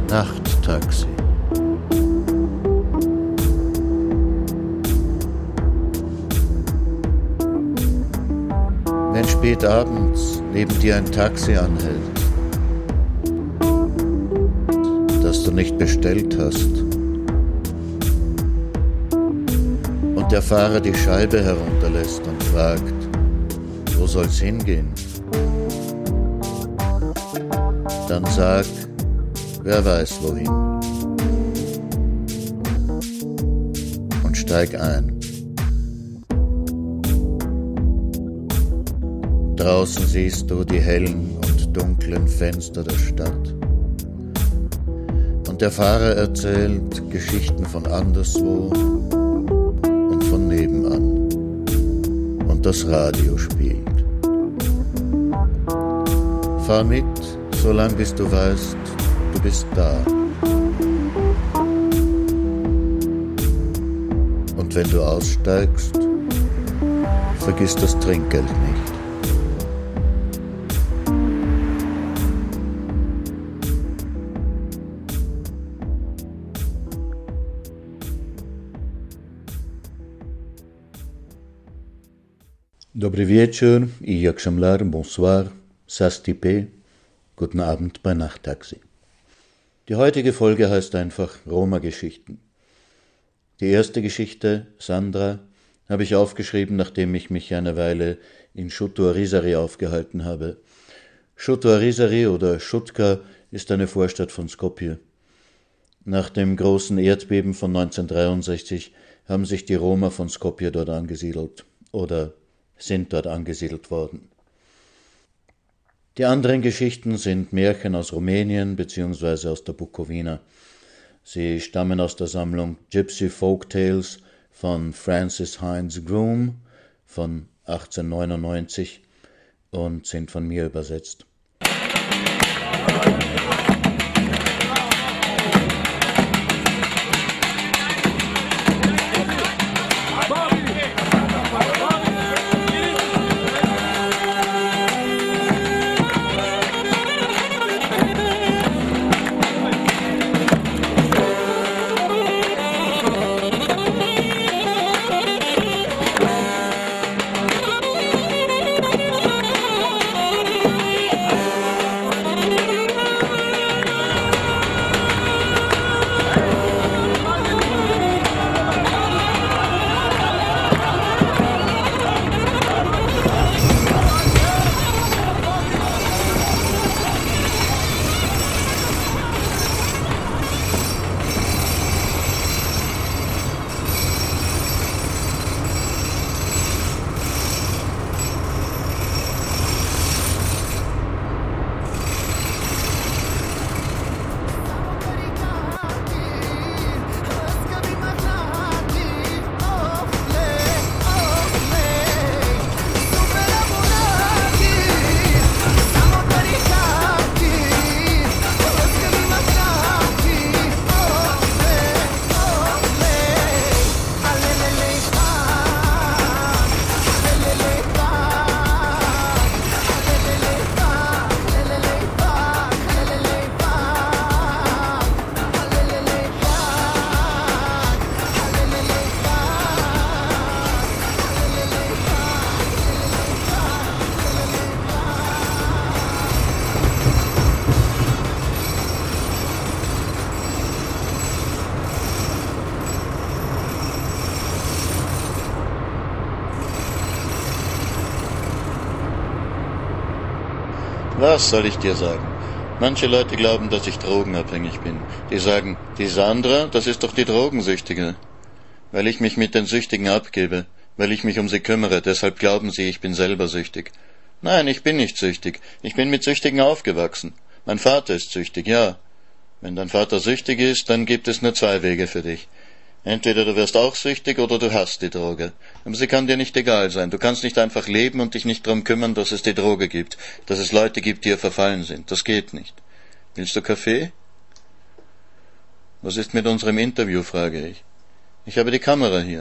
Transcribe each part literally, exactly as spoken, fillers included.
Nachttaxi. Wenn spät abends neben dir ein Taxi anhält, das du nicht bestellt hast, und der Fahrer die Scheibe herunterlässt und fragt, wo soll's hingehen? Dann sag, wer weiß wohin. Und steig ein. Draußen siehst du die hellen und dunklen Fenster der Stadt. Und der Fahrer erzählt Geschichten von anderswo und von nebenan. Und das Radio spielt. Fahr mit, solange bis du weißt, du bist da. Und wenn du aussteigst, vergiss das Trinkgeld nicht. Dobry wieczór i jak szemlar, bonsoir, sastipe, guten Abend bei Nachttaxi. Die heutige Folge heißt einfach Roma-Geschichten. Die erste Geschichte, Sandra, habe ich aufgeschrieben, nachdem ich mich eine Weile in Shutuarizari aufgehalten habe. Shutuarizari oder Shutka ist eine Vorstadt von Skopje. Nach dem großen Erdbeben von neunzehnhundertdreiundsechzig haben sich die Roma von Skopje dort angesiedelt oder sind dort angesiedelt worden. Die anderen Geschichten sind Märchen aus Rumänien bzw. aus der Bukowina. Sie stammen aus der Sammlung Gypsy Folk Tales von Francis Hines Groom von achtzehnhundertneunundneunzig und sind von mir übersetzt. Was soll ich dir sagen? Manche Leute glauben, dass ich drogenabhängig bin. Die sagen, die Sandra, das ist doch die Drogensüchtige. Weil ich mich mit den Süchtigen abgebe, weil ich mich um sie kümmere, deshalb glauben sie, ich bin selber süchtig. Nein, ich bin nicht süchtig. Ich bin mit Süchtigen aufgewachsen. Mein Vater ist süchtig, ja. Wenn dein Vater süchtig ist, dann gibt es nur zwei Wege für dich. Entweder du wirst auch süchtig oder du hast die Droge. Aber sie kann dir nicht egal sein. Du kannst nicht einfach leben und dich nicht darum kümmern, dass es die Droge gibt, dass es Leute gibt, die ihr verfallen sind. Das geht nicht. Willst du Kaffee? Was ist mit unserem Interview, frage ich. Ich habe die Kamera hier.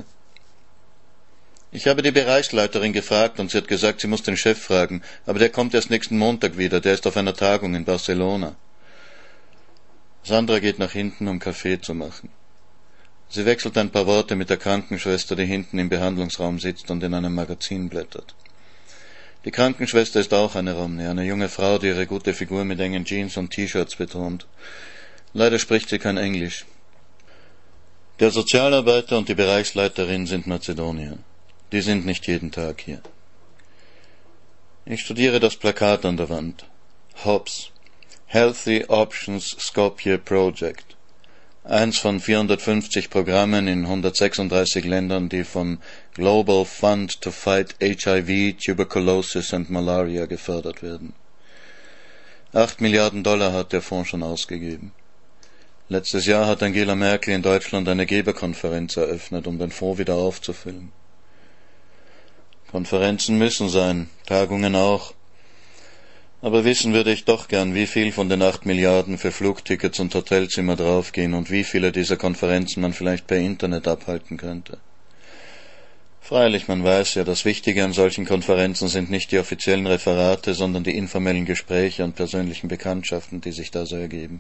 Ich habe die Bereichsleiterin gefragt und sie hat gesagt, sie muss den Chef fragen, aber der kommt erst nächsten Montag wieder, der ist auf einer Tagung in Barcelona. Sandra geht nach hinten, um Kaffee zu machen. Sie wechselt ein paar Worte mit der Krankenschwester, die hinten im Behandlungsraum sitzt und in einem Magazin blättert. Die Krankenschwester ist auch eine Romney, eine junge Frau, die ihre gute Figur mit engen Jeans und T-Shirts betont. Leider spricht sie kein Englisch. Der Sozialarbeiter und die Bereichsleiterin sind Mazedonier. Die sind nicht jeden Tag hier. Ich studiere das Plakat an der Wand. Hobbes. Healthy Options Skopje Project. Eins von vierhundertfünfzig Programmen in hundertsechsunddreißig Ländern, die vom Global Fund to Fight H I V, Tuberculosis and Malaria gefördert werden. Acht Milliarden Dollar hat der Fonds schon ausgegeben. Letztes Jahr hat Angela Merkel in Deutschland eine Geberkonferenz eröffnet, um den Fonds wieder aufzufüllen. Konferenzen müssen sein, Tagungen auch. Aber wissen würde ich doch gern, wie viel von den acht Milliarden für Flugtickets und Hotelzimmer draufgehen und wie viele dieser Konferenzen man vielleicht per Internet abhalten könnte. Freilich, man weiß ja, das Wichtige an solchen Konferenzen sind nicht die offiziellen Referate, sondern die informellen Gespräche und persönlichen Bekanntschaften, die sich da so ergeben.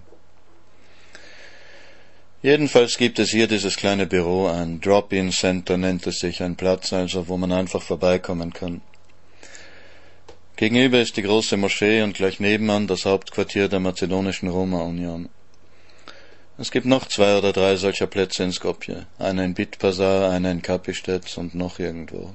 Jedenfalls gibt es hier dieses kleine Büro, ein Drop-in-Center nennt es sich, ein Platz also, wo man einfach vorbeikommen kann. Gegenüber ist die große Moschee und gleich nebenan das Hauptquartier der mazedonischen Roma-Union. Es gibt noch zwei oder drei solcher Plätze in Skopje, einer in Bitpazar, einer in Kapistec und noch irgendwo.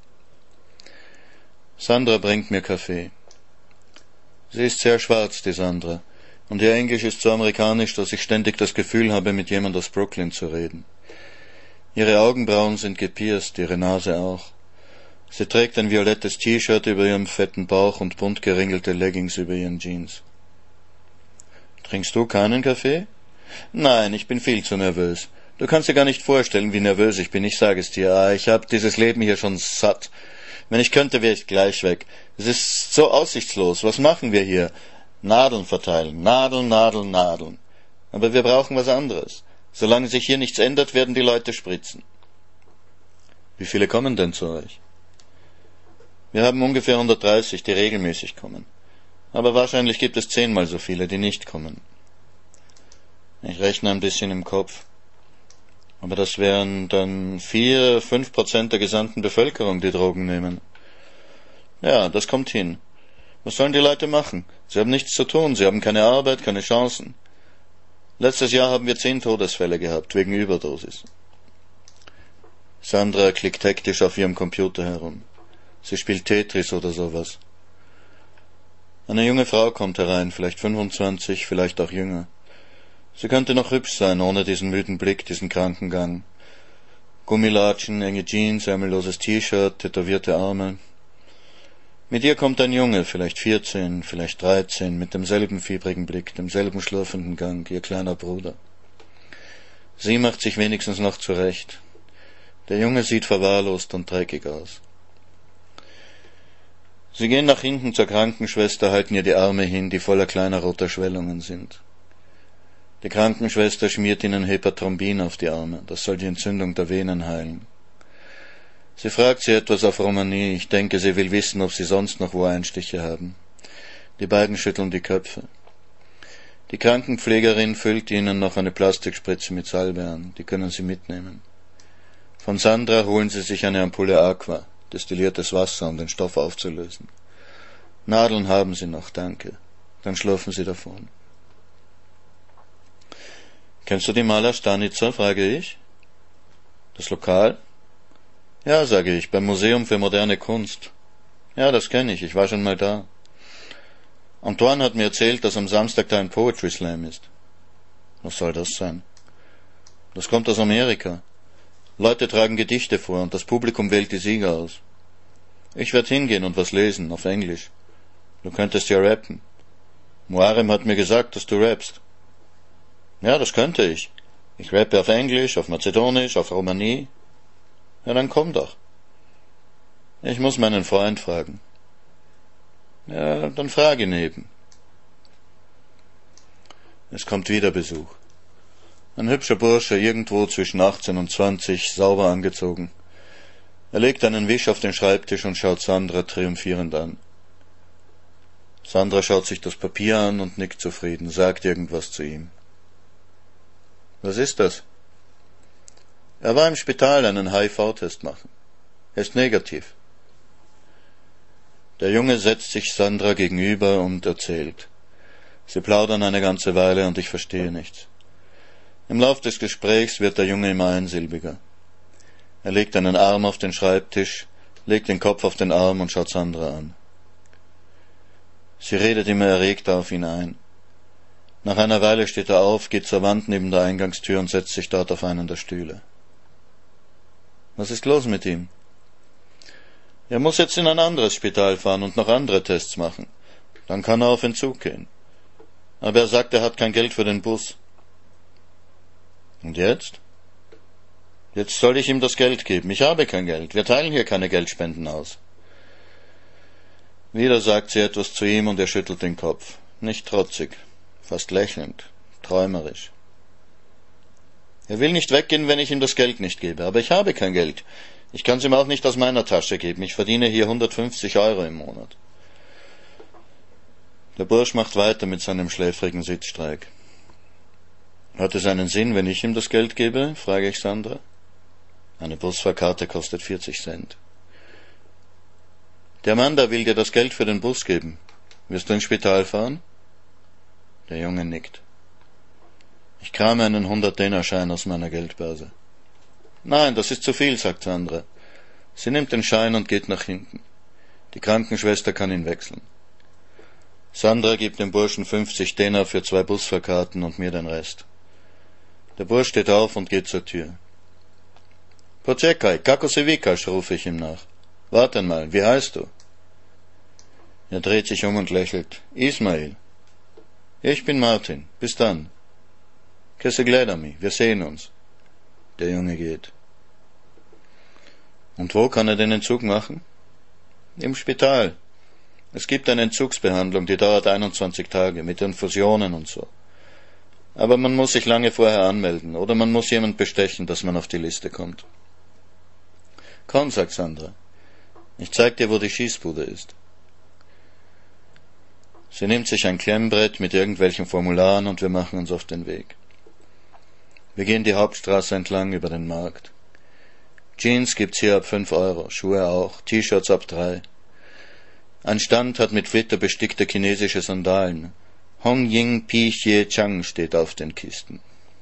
Sandra bringt mir Kaffee. Sie ist sehr schwarz, die Sandra. Und ihr Englisch ist so amerikanisch, dass ich ständig das Gefühl habe, mit jemand aus Brooklyn zu reden. Ihre Augenbrauen sind gepierst, ihre Nase auch. Sie trägt ein violettes T-Shirt über ihrem fetten Bauch und bunt geringelte Leggings über ihren Jeans. Trinkst du keinen Kaffee? Nein, ich bin viel zu nervös. Du kannst dir gar nicht vorstellen, wie nervös ich bin, ich sage es dir. Ah, ich habe dieses Leben hier schon satt. Wenn ich könnte, wäre ich gleich weg. Es ist so aussichtslos. Was machen wir hier? Nadeln verteilen, Nadeln, Nadeln, Nadeln. Aber wir brauchen was anderes. Solange sich hier nichts ändert, werden die Leute spritzen. Wie viele kommen denn zu euch? Wir haben ungefähr hundertdreißig, die regelmäßig kommen. Aber wahrscheinlich gibt es zehnmal so viele, die nicht kommen. Ich rechne ein bisschen im Kopf. Aber das wären dann vier, fünf Prozent der gesamten Bevölkerung, die Drogen nehmen. Ja, das kommt hin. Was sollen die Leute machen? Sie haben nichts zu tun, sie haben keine Arbeit, keine Chancen. Letztes Jahr haben wir zehn Todesfälle gehabt, wegen Überdosis. Sandra klickt hektisch auf ihrem Computer herum. Sie spielt Tetris oder sowas. Eine junge Frau kommt herein, vielleicht fünfundzwanzig, vielleicht auch jünger. Sie könnte noch hübsch sein, ohne diesen müden Blick, diesen kranken Gang. Gummilatschen, enge Jeans, ärmelloses T-Shirt, tätowierte Arme. Mit ihr kommt ein Junge, vielleicht vierzehn, vielleicht dreizehn, mit demselben fiebrigen Blick, demselben schlurfenden Gang, ihr kleiner Bruder. Sie macht sich wenigstens noch zurecht. Der Junge sieht verwahrlost und dreckig aus. Sie gehen nach hinten zur Krankenschwester, halten ihr die Arme hin, die voller kleiner roter Schwellungen sind. Die Krankenschwester schmiert ihnen Hepathrombin auf die Arme, das soll die Entzündung der Venen heilen. Sie fragt sie etwas auf Romani, ich denke, sie will wissen, ob sie sonst noch wo Einstiche haben. Die beiden schütteln die Köpfe. Die Krankenpflegerin füllt ihnen noch eine Plastikspritze mit Salbe an, die können sie mitnehmen. Von Sandra holen sie sich eine Ampulle Aqua, destilliertes Wasser, um den Stoff aufzulösen. Nadeln haben sie noch, danke. Dann schlurfen sie davon. Kennst du die Maler Stanica, frage ich. Das Lokal? Ja, sage ich, beim Museum für moderne Kunst. Ja, das kenne ich, ich war schon mal da. Antoine hat mir erzählt, dass am Samstag da ein Poetry Slam ist. Was soll das sein? Das kommt aus Amerika. Leute tragen Gedichte vor und das Publikum wählt die Sieger aus. Ich werde hingehen und was lesen, auf Englisch. Du könntest ja rappen. Muharrem hat mir gesagt, dass du rappst. Ja, das könnte ich. Ich rappe auf Englisch, auf Mazedonisch, auf Romani. Ja, dann komm doch. Ich muss meinen Freund fragen. Ja, dann frage ihn eben. Es kommt wieder Besuch. Ein hübscher Bursche, irgendwo zwischen achtzehn und zwanzig, sauber angezogen. Er legt einen Wisch auf den Schreibtisch und schaut Sandra triumphierend an. Sandra schaut sich das Papier an und nickt zufrieden, sagt irgendwas zu ihm. Was ist das? Er war im Spital einen H I V-Test machen. Er ist negativ. Der Junge setzt sich Sandra gegenüber und erzählt. Sie plaudern eine ganze Weile und ich verstehe nichts. Im Lauf des Gesprächs wird der Junge immer einsilbiger. Er legt einen Arm auf den Schreibtisch, legt den Kopf auf den Arm und schaut Sandra an. Sie redet immer erregt auf ihn ein. Nach einer Weile steht er auf, geht zur Wand neben der Eingangstür und setzt sich dort auf einen der Stühle. Was ist los mit ihm? Er muss jetzt in ein anderes Spital fahren und noch andere Tests machen. Dann kann er auf Entzug gehen. Aber er sagt, er hat kein Geld für den Bus. Und jetzt? Jetzt soll ich ihm das Geld geben. Ich habe kein Geld. Wir teilen hier keine Geldspenden aus. Wieder sagt sie etwas zu ihm und er schüttelt den Kopf. Nicht trotzig, fast lächelnd, träumerisch. Er will nicht weggehen, wenn ich ihm das Geld nicht gebe. Aber ich habe kein Geld. Ich kann es ihm auch nicht aus meiner Tasche geben. Ich verdiene hier hundertfünfzig Euro im Monat. Der Bursch macht weiter mit seinem schläfrigen Sitzstreik. Hat es einen Sinn, wenn ich ihm das Geld gebe? Frage ich Sandra. Eine Busfahrkarte kostet vierzig Cent. Der Mann da will dir das Geld für den Bus geben. Wirst du ins Spital fahren? Der Junge nickt. Ich krame einen hundert-Denar-Schein aus meiner Geldbörse. Nein, das ist zu viel, sagt Sandra. Sie nimmt den Schein und geht nach hinten. Die Krankenschwester kann ihn wechseln. Sandra gibt dem Burschen fünfzig Denar für zwei Busfahrkarten und mir den Rest. Der Bursch steht auf und geht zur Tür. Poczekaj, kako se wikaš, rufe ich ihm nach. Warte einmal, wie heißt du? Er dreht sich um und lächelt. Ismail. Ich bin Martin. Bis dann. Que se gleda mi, wir sehen uns. Der Junge geht. Und wo kann er den Entzug machen? Im Spital. Es gibt eine Entzugsbehandlung, die dauert einundzwanzig Tage, mit Infusionen und so. Aber man muss sich lange vorher anmelden, oder man muss jemand bestechen, dass man auf die Liste kommt. Komm, sagt Sandra. Ich zeig dir, wo die Schießbude ist. Sie nimmt sich ein Klemmbrett mit irgendwelchen Formularen und wir machen uns auf den Weg. Wir gehen die Hauptstraße entlang über den Markt. Jeans gibt's hier ab fünf Euro, Schuhe auch, T-Shirts ab drei. Ein Stand hat mit Flitter bestickte chinesische Sandalen. Hong Ying Pi Xie Chang steht auf den Kisten.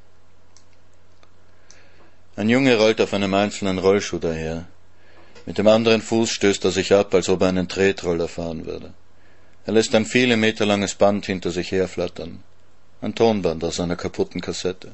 Ein Junge rollt auf einem einzelnen Rollschuh daher. Mit dem anderen Fuß stößt er sich ab, als ob er einen Tretroller fahren würde. Er lässt ein viele Meter langes Band hinter sich herflattern. Ein Tonband aus einer kaputten Kassette.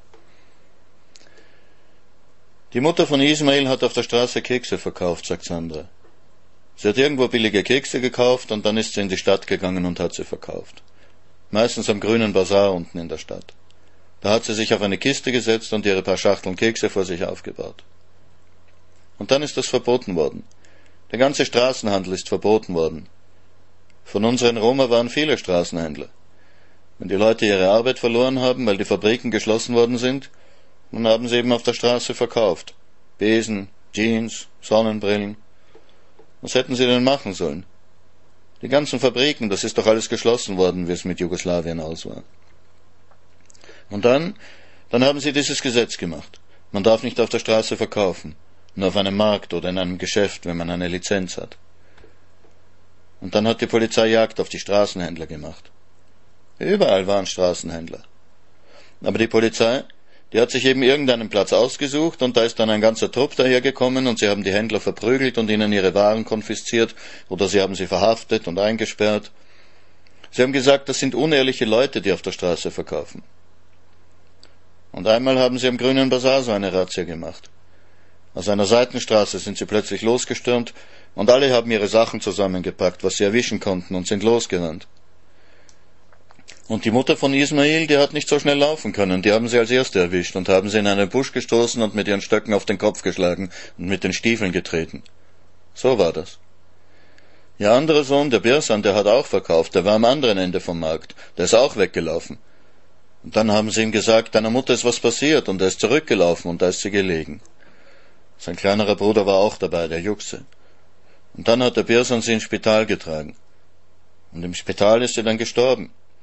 Die Mutter von Ismail hat auf der Straße Kekse verkauft, sagt Sandra. Sie hat irgendwo billige Kekse gekauft und dann ist sie in die Stadt gegangen und hat sie verkauft. Meistens am grünen Basar unten in der Stadt. Da hat sie sich auf eine Kiste gesetzt und ihre paar Schachteln Kekse vor sich aufgebaut. Und dann ist das verboten worden. Der ganze Straßenhandel ist verboten worden. Von unseren Roma waren viele Straßenhändler. Wenn die Leute ihre Arbeit verloren haben, weil die Fabriken geschlossen worden sind, dann haben sie eben auf der Straße verkauft. Besen, Jeans, Sonnenbrillen. Was hätten sie denn machen sollen? Die ganzen Fabriken, das ist doch alles geschlossen worden, wie es mit Jugoslawien aus war. Und dann, dann haben sie dieses Gesetz gemacht. Man darf nicht auf der Straße verkaufen, nur auf einem Markt oder in einem Geschäft, wenn man eine Lizenz hat. Und dann hat die Polizei Jagd auf die Straßenhändler gemacht. Überall waren Straßenhändler. Aber die Polizei, die hat sich eben irgendeinen Platz ausgesucht und da ist dann ein ganzer Trupp dahergekommen und sie haben die Händler verprügelt und ihnen ihre Waren konfisziert oder sie haben sie verhaftet und eingesperrt. Sie haben gesagt, das sind unehrliche Leute, die auf der Straße verkaufen. Und einmal haben sie am Grünen Basar so eine Razzia gemacht. Aus einer Seitenstraße sind sie plötzlich losgestürmt und alle haben ihre Sachen zusammengepackt, was sie erwischen konnten, und sind losgerannt. Und die Mutter von Ismail, die hat nicht so schnell laufen können, die haben sie als erste erwischt und haben sie in einen Busch gestoßen und mit ihren Stöcken auf den Kopf geschlagen und mit den Stiefeln getreten. So war das. Ihr anderer Sohn, der Birsan, der hat auch verkauft, der war am anderen Ende vom Markt, der ist auch weggelaufen. Und dann haben sie ihm gesagt, deiner Mutter ist was passiert, und er ist zurückgelaufen und da ist sie gelegen. Sein kleinerer Bruder war auch dabei, der Juxe. Und dann hat der Birsan sie ins Spital getragen. Und im Spital ist sie dann gestorben.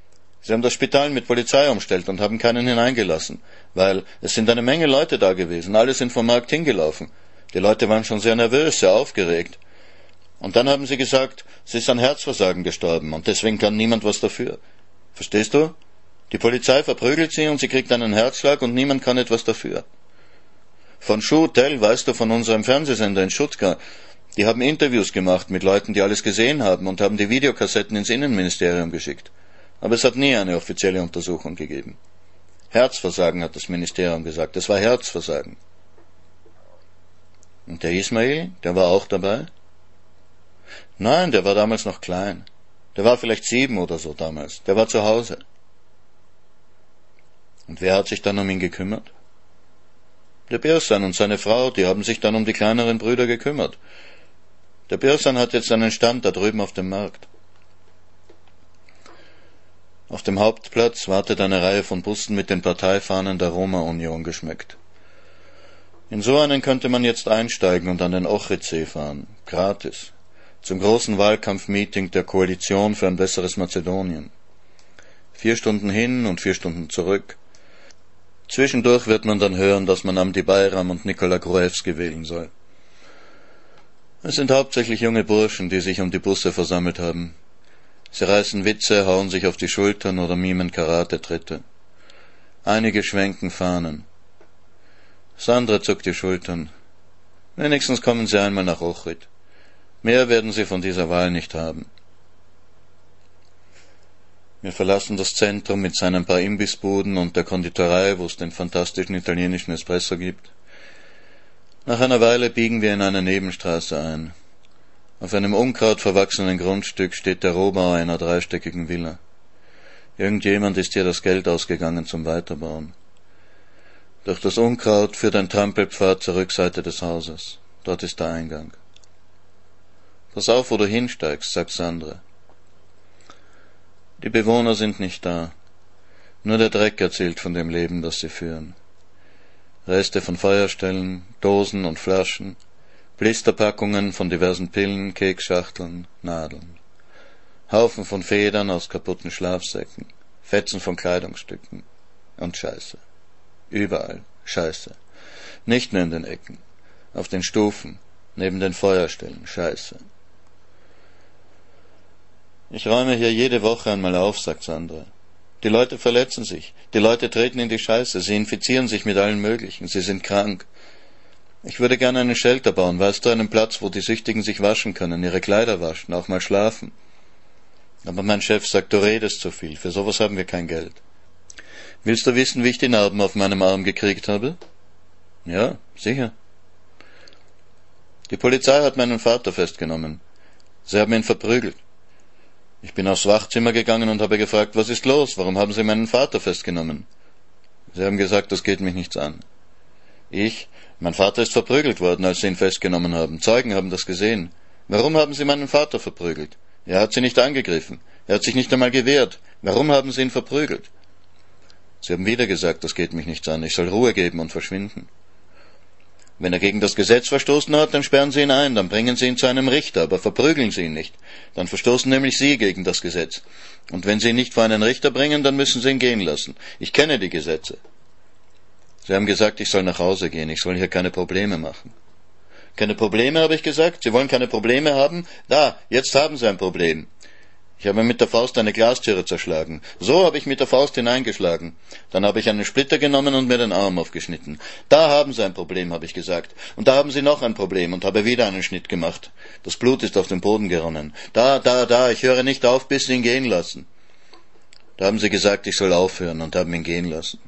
Sie haben das Spital mit Polizei umstellt und haben keinen hineingelassen, weil es sind eine Menge Leute da gewesen, alle sind vom Markt hingelaufen. Die Leute waren schon sehr nervös, sehr aufgeregt. Und dann haben sie gesagt, sie ist an Herzversagen gestorben und deswegen kann niemand was dafür. Verstehst du? Die Polizei verprügelt sie und sie kriegt einen Herzschlag und niemand kann etwas dafür. Von Shu Tel, weißt du, von unserem Fernsehsender in Stuttgart, die haben Interviews gemacht mit Leuten, die alles gesehen haben und haben die Videokassetten ins Innenministerium geschickt. Aber es hat nie eine offizielle Untersuchung gegeben. Herzversagen, hat das Ministerium gesagt. Es war Herzversagen. Und der Ismail, der war auch dabei? Nein, der war damals noch klein. Der war vielleicht sieben oder so damals. Der war zu Hause. Und wer hat sich dann um ihn gekümmert? Der Birsan und seine Frau, die haben sich dann um die kleineren Brüder gekümmert. Der Birsan hat jetzt einen Stand da drüben auf dem Markt. Auf dem Hauptplatz wartet eine Reihe von Bussen mit den Parteifahnen der Roma-Union geschmückt. In so einen könnte man jetzt einsteigen und an den Ochridsee fahren, gratis, zum großen Wahlkampfmeeting der Koalition für ein besseres Mazedonien. Vier Stunden hin und vier Stunden zurück. Zwischendurch wird man dann hören, dass man Amdi Bayram und Nikola Gruevski wählen soll. Es sind hauptsächlich junge Burschen, die sich um die Busse versammelt haben. Sie reißen Witze, hauen sich auf die Schultern oder mimen Karate-Tritte. Einige schwenken Fahnen. Sandra zuckt die Schultern. Wenigstens kommen sie einmal nach Ochrid. Mehr werden sie von dieser Wahl nicht haben. Wir verlassen das Zentrum mit seinen paar Imbissbuden und der Konditorei, wo es den fantastischen italienischen Espresso gibt. Nach einer Weile biegen wir in eine Nebenstraße ein. Auf einem unkrautverwachsenen Grundstück steht der Rohbau einer dreistöckigen Villa. Irgendjemand ist hier das Geld ausgegangen zum Weiterbauern. Durch das Unkraut führt ein Trampelpfad zur Rückseite des Hauses. Dort ist der Eingang. Pass auf, wo du hinsteigst, sagt Sandra. Die Bewohner sind nicht da. Nur der Dreck erzählt von dem Leben, das sie führen. Reste von Feuerstellen, Dosen und Flaschen, Blisterpackungen von diversen Pillen, Keksschachteln, Nadeln. Haufen von Federn aus kaputten Schlafsäcken, Fetzen von Kleidungsstücken und Scheiße. Überall Scheiße. Nicht nur in den Ecken, auf den Stufen, neben den Feuerstellen Scheiße. Ich räume hier jede Woche einmal auf, sagt Sandra. Die Leute verletzen sich, die Leute treten in die Scheiße, sie infizieren sich mit allen Möglichen, sie sind krank. Ich würde gerne einen Shelter bauen, weißt du, einen Platz, wo die Süchtigen sich waschen können, ihre Kleider waschen, auch mal schlafen. Aber mein Chef sagt, du redest zu viel, für sowas haben wir kein Geld. Willst du wissen, wie ich die Narben auf meinem Arm gekriegt habe? Ja, sicher. Die Polizei hat meinen Vater festgenommen. Sie haben ihn verprügelt. Ich bin aufs Wachzimmer gegangen und habe gefragt, was ist los, warum haben Sie meinen Vater festgenommen? Sie haben gesagt, das geht mich nichts an. Ich, mein Vater ist verprügelt worden, als Sie ihn festgenommen haben. Zeugen haben das gesehen. Warum haben Sie meinen Vater verprügelt? Er hat Sie nicht angegriffen. Er hat sich nicht einmal gewehrt. Warum haben Sie ihn verprügelt? Sie haben wieder gesagt, das geht mich nichts an. Ich soll Ruhe geben und verschwinden. Wenn er gegen das Gesetz verstoßen hat, dann sperren Sie ihn ein, dann bringen Sie ihn zu einem Richter, aber verprügeln Sie ihn nicht. Dann verstoßen nämlich Sie gegen das Gesetz. Und wenn Sie ihn nicht vor einen Richter bringen, dann müssen Sie ihn gehen lassen. Ich kenne die Gesetze. Sie haben gesagt, ich soll nach Hause gehen, ich soll hier keine Probleme machen. Keine Probleme, habe ich gesagt? Sie wollen keine Probleme haben? Da, jetzt haben Sie ein Problem. Ich habe mit der Faust eine Glastüre zerschlagen. So habe ich mit der Faust hineingeschlagen. Dann habe ich einen Splitter genommen und mir den Arm aufgeschnitten. Da haben Sie ein Problem, habe ich gesagt. Und da haben Sie noch ein Problem und habe wieder einen Schnitt gemacht. Das Blut ist auf den Boden geronnen. Da, da, da, ich höre nicht auf, bis Sie ihn gehen lassen. Da haben Sie gesagt, ich soll aufhören und haben ihn gehen lassen.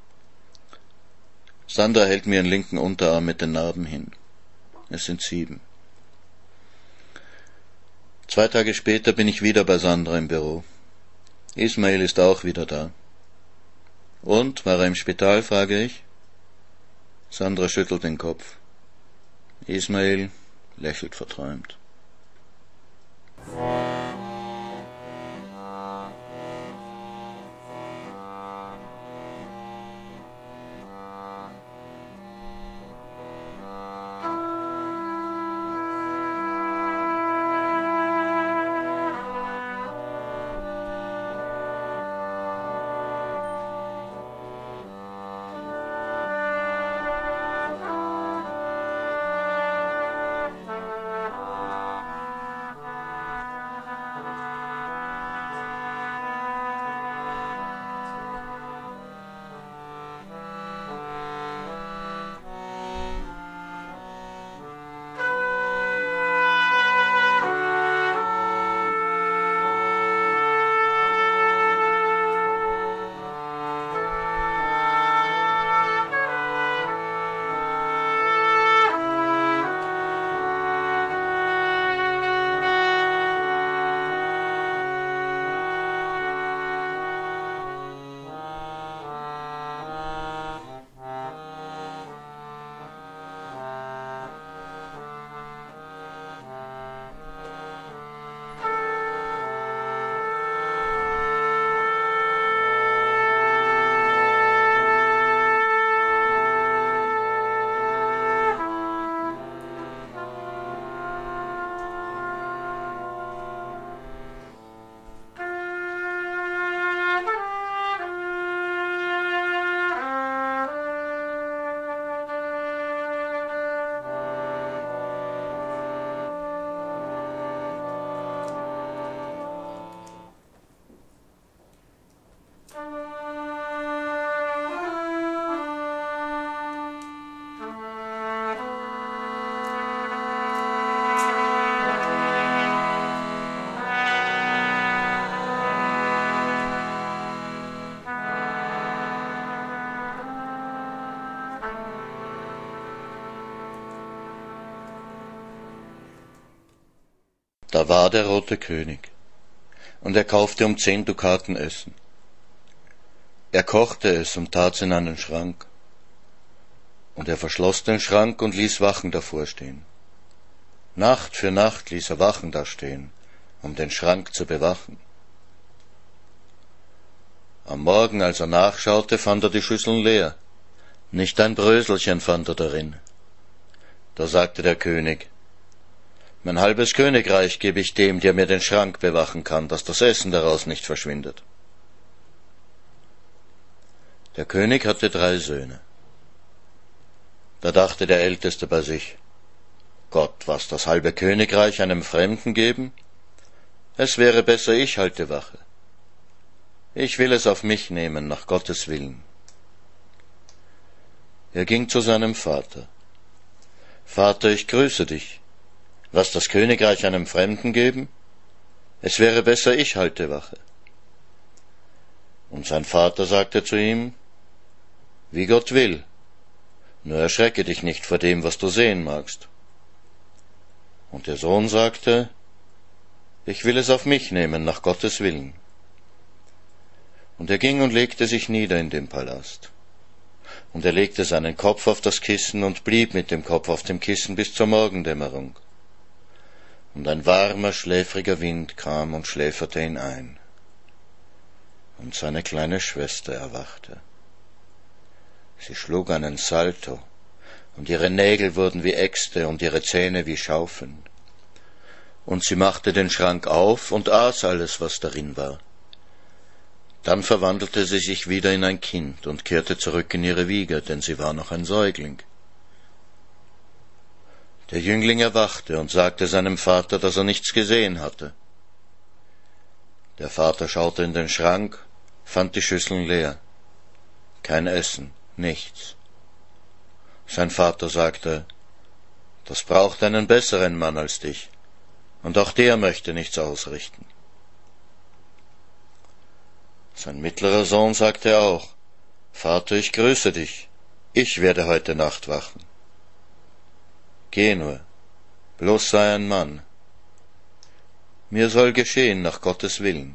Sandra hält mir ihren linken Unterarm mit den Narben hin. Es sind sieben. Zwei Tage später bin ich wieder bei Sandra im Büro. Ismail ist auch wieder da. Und, war er im Spital, frage ich. Sandra schüttelt den Kopf. Ismail lächelt verträumt. Da war der rote König, und er kaufte um zehn Dukaten Essen. Er kochte es und tat's in einen Schrank, und er verschloss den Schrank und ließ Wachen davor stehen. Nacht für Nacht ließ er Wachen da stehen, um den Schrank zu bewachen. Am Morgen, als er nachschaute, fand er die Schüsseln leer, nicht ein Bröselchen fand er darin. Da sagte der König: Mein halbes Königreich gebe ich dem, der mir den Schrank bewachen kann, dass das Essen daraus nicht verschwindet. Der König hatte drei Söhne. Da dachte der Älteste bei sich: Gott, was, das halbe Königreich einem Fremden geben? Es wäre besser, ich halte Wache. Ich will es auf mich nehmen, nach Gottes Willen. Er ging zu seinem Vater. Vater, ich grüße dich. Was, das Königreich einem Fremden geben? Es wäre besser, ich halte Wache. Und sein Vater sagte zu ihm: Wie Gott will, nur erschrecke dich nicht vor dem, was du sehen magst. Und der Sohn sagte: Ich will es auf mich nehmen, nach Gottes Willen. Und er ging und legte sich nieder in den Palast. Und er legte seinen Kopf auf das Kissen und blieb mit dem Kopf auf dem Kissen bis zur Morgendämmerung. Und ein warmer, schläfriger Wind kam und schläferte ihn ein. Und seine kleine Schwester erwachte. Sie schlug einen Salto, und ihre Nägel wurden wie Äxte und ihre Zähne wie Schaufeln. Und sie machte den Schrank auf und aß alles, was darin war. Dann verwandelte sie sich wieder in ein Kind und kehrte zurück in ihre Wiege, denn sie war noch ein Säugling. Der Jüngling erwachte und sagte seinem Vater, dass er nichts gesehen hatte. Der Vater schaute in den Schrank, fand die Schüsseln leer. Kein Essen, nichts. Sein Vater sagte: Das braucht einen besseren Mann als dich, und auch der möchte nichts ausrichten. Sein mittlerer Sohn sagte auch: Vater, ich grüße dich, ich werde heute Nacht wachen. Geh nur, bloß sei ein Mann. Mir soll geschehen nach Gottes Willen.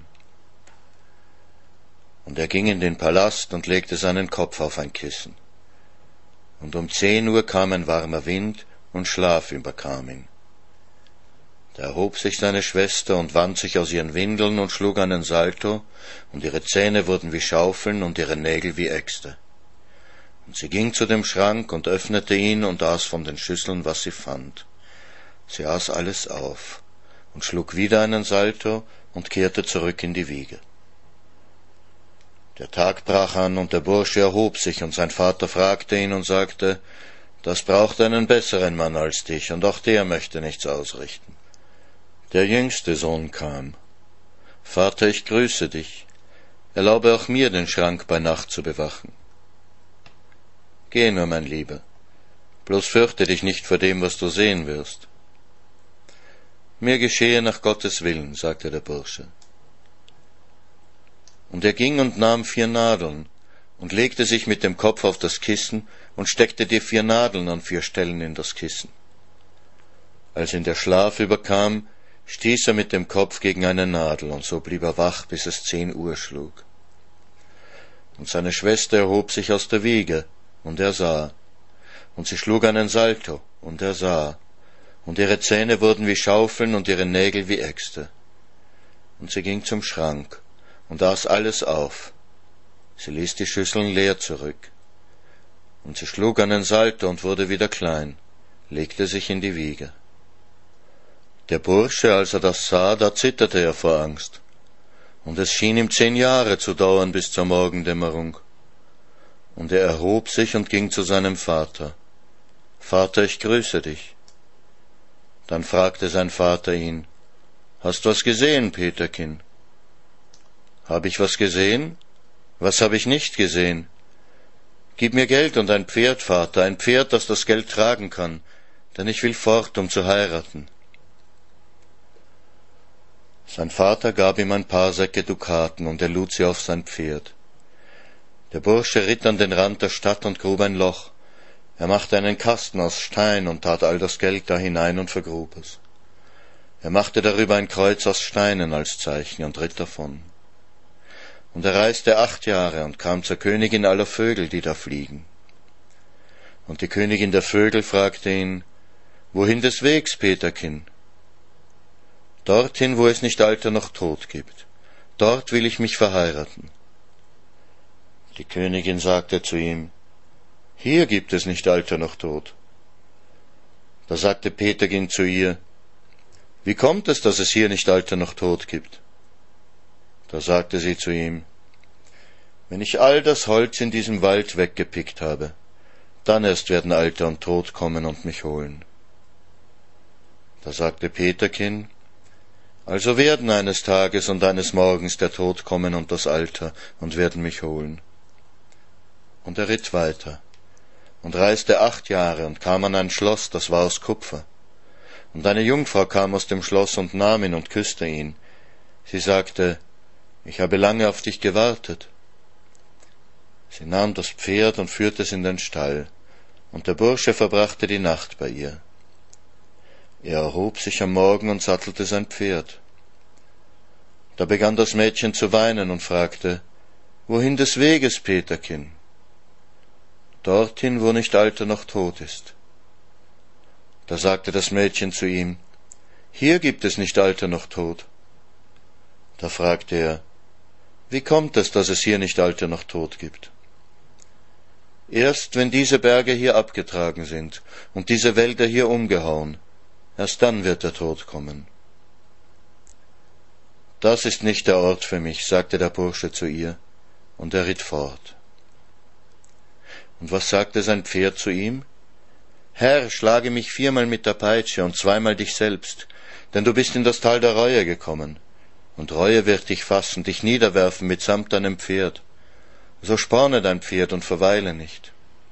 Und er ging in den Palast und legte seinen Kopf auf ein Kissen. Und um zehn Uhr kam ein warmer Wind und Schlaf überkam ihn. Da erhob sich seine Schwester und wand sich aus ihren Windeln und schlug einen Salto, und ihre Zähne wurden wie Schaufeln und ihre Nägel wie Äxte. Und sie ging zu dem Schrank und öffnete ihn und aß von den Schüsseln, was sie fand. Sie aß alles auf und schlug wieder einen Salto und kehrte zurück in die Wiege. Der Tag brach an, und der Bursche erhob sich, und sein Vater fragte ihn und sagte: Das braucht einen besseren Mann als dich, und auch der möchte nichts ausrichten. Der jüngste Sohn kam. Vater, ich grüße dich. Erlaube auch mir, den Schrank bei Nacht zu bewachen. Geh nur, mein Lieber, bloß fürchte dich nicht vor dem, was du sehen wirst. Mir geschehe nach Gottes Willen, sagte der Bursche. Und er ging und nahm vier Nadeln und legte sich mit dem Kopf auf das Kissen und steckte die vier Nadeln an vier Stellen in das Kissen. Als ihn der Schlaf überkam, stieß er mit dem Kopf gegen eine Nadel, und so blieb er wach, bis es zehn Uhr schlug. Und seine Schwester erhob sich aus der Wiege, und er sah. Und sie schlug einen Salto, und er sah. Und ihre Zähne wurden wie Schaufeln und ihre Nägel wie Äxte. Und sie ging zum Schrank und aß alles auf. Sie ließ die Schüsseln leer zurück. Und sie schlug einen Salto und wurde wieder klein, legte sich in die Wiege. Der Bursche, als er das sah, da zitterte er vor Angst, und es schien ihm zehn Jahre zu dauern bis zur Morgendämmerung. Und er erhob sich und ging zu seinem Vater. Vater, ich grüße dich. Dann fragte sein Vater ihn: Hast was gesehen, Peterkin? Hab ich was gesehen? Was hab ich nicht gesehen? Gib mir Geld und ein Pferd, Vater, ein Pferd, das das Geld tragen kann, denn ich will fort, um zu heiraten. Sein Vater gab ihm ein paar Säcke Dukaten, und er lud sie auf sein Pferd. Der Bursche ritt an den Rand der Stadt und grub ein Loch. Er machte einen Kasten aus Stein und tat all das Geld da hinein und vergrub es. Er machte darüber ein Kreuz aus Steinen als Zeichen und ritt davon. Und er reiste acht Jahre und kam zur Königin aller Vögel, die da fliegen. Und die Königin der Vögel fragte ihn: Wohin des Wegs, Peterkin? Dorthin, wo es nicht Alter noch Tod gibt. Dort will ich mich verheiraten. Die Königin sagte zu ihm: Hier gibt es nicht Alter noch Tod. Da sagte Peterkin zu ihr: Wie kommt es, dass es hier nicht Alter noch Tod gibt? Da sagte sie zu ihm: Wenn ich all das Holz in diesem Wald weggepickt habe, dann erst werden Alter und Tod kommen und mich holen. Da sagte Peterkin: Also werden eines Tages und eines Morgens der Tod kommen und das Alter und werden mich holen. Und er ritt weiter und reiste acht Jahre und kam an ein Schloss, das war aus Kupfer. Und eine Jungfrau kam aus dem Schloss und nahm ihn und küsste ihn. Sie sagte: Ich habe lange auf dich gewartet. Sie nahm das Pferd und führte es in den Stall, und der Bursche verbrachte die Nacht bei ihr. Er erhob sich am Morgen und sattelte sein Pferd. Da begann das Mädchen zu weinen und fragte: Wohin des Weges, Peterkin? Dorthin, wo nicht Alter noch Tod ist. Da sagte das Mädchen zu ihm: Hier gibt es nicht Alter noch Tod. Da fragte er: Wie kommt es, dass es hier nicht Alter noch Tod gibt? Erst wenn diese Berge hier abgetragen sind und diese Wälder hier umgehauen, erst dann wird der Tod kommen. Das ist nicht der Ort für mich, sagte der Bursche zu ihr, und er ritt fort. Und was sagte sein Pferd zu ihm? Herr, schlage mich viermal mit der Peitsche und zweimal dich selbst, denn du bist in das Tal der Reue gekommen, und Reue wird dich fassen, dich niederwerfen mitsamt deinem Pferd. So sporne dein Pferd und verweile nicht.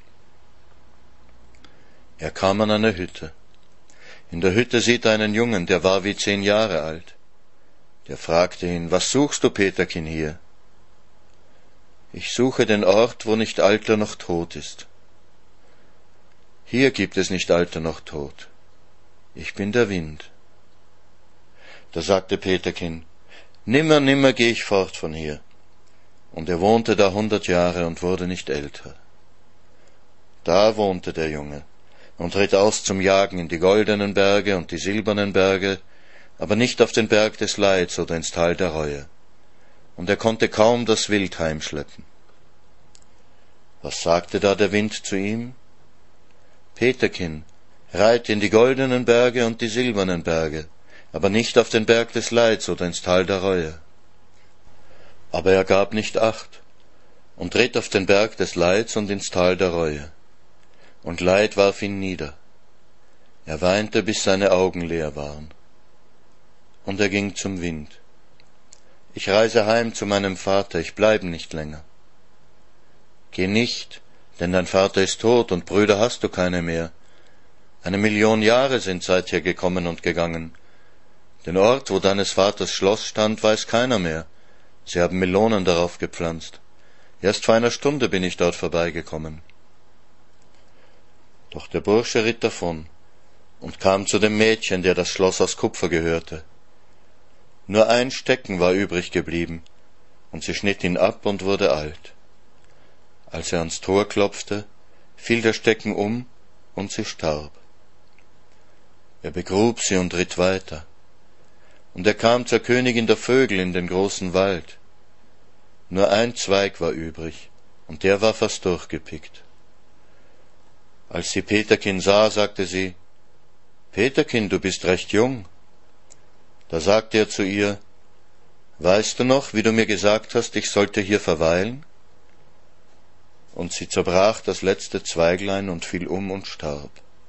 Er kam an eine Hütte. In der Hütte sieht er einen Jungen, der war wie zehn Jahre alt. Der fragte ihn: Was suchst du, Peterkin, hier? Ich suche den Ort, wo nicht Alter noch Tod ist. Hier gibt es nicht Alter noch Tod. Ich bin der Wind. Da sagte Peterkin: Nimmer, nimmer geh ich fort von hier. Und er wohnte da hundert Jahre und wurde nicht älter. Da wohnte der Junge und ritt aus zum Jagen in die goldenen Berge und die silbernen Berge, aber nicht auf den Berg des Leids oder ins Tal der Reue. Und er konnte kaum das Wild heimschleppen. Was sagte da der Wind zu ihm? Peterkin, reite in die goldenen Berge und die silbernen Berge, aber nicht auf den Berg des Leids oder ins Tal der Reue. Aber er gab nicht acht und ritt auf den Berg des Leids und ins Tal der Reue. Und Leid warf ihn nieder. Er weinte, bis seine Augen leer waren. Und er ging zum Wind. Ich reise heim zu meinem Vater, ich bleibe nicht länger. Geh nicht, denn dein Vater ist tot und Brüder hast du keine mehr. Eine Million Jahre sind seither gekommen und gegangen. Den Ort, wo deines Vaters Schloss stand, weiß keiner mehr. Sie haben Melonen darauf gepflanzt. Erst vor einer Stunde bin ich dort vorbeigekommen. Doch der Bursche ritt davon und kam zu dem Mädchen, der das Schloss aus Kupfer gehörte. Nur ein Stecken war übrig geblieben, und sie schnitt ihn ab und wurde alt. Als er ans Tor klopfte, fiel der Stecken um, und sie starb. Er begrub sie und ritt weiter. Und er kam zur Königin der Vögel in den großen Wald. Nur ein Zweig war übrig, und der war fast durchgepickt. Als sie Peterkin sah, sagte sie: Peterkin, du bist recht jung. Da sagte er zu ihr: Weißt du noch, wie du mir gesagt hast, ich sollte hier verweilen? Und sie zerbrach das letzte Zweiglein und fiel um und starb.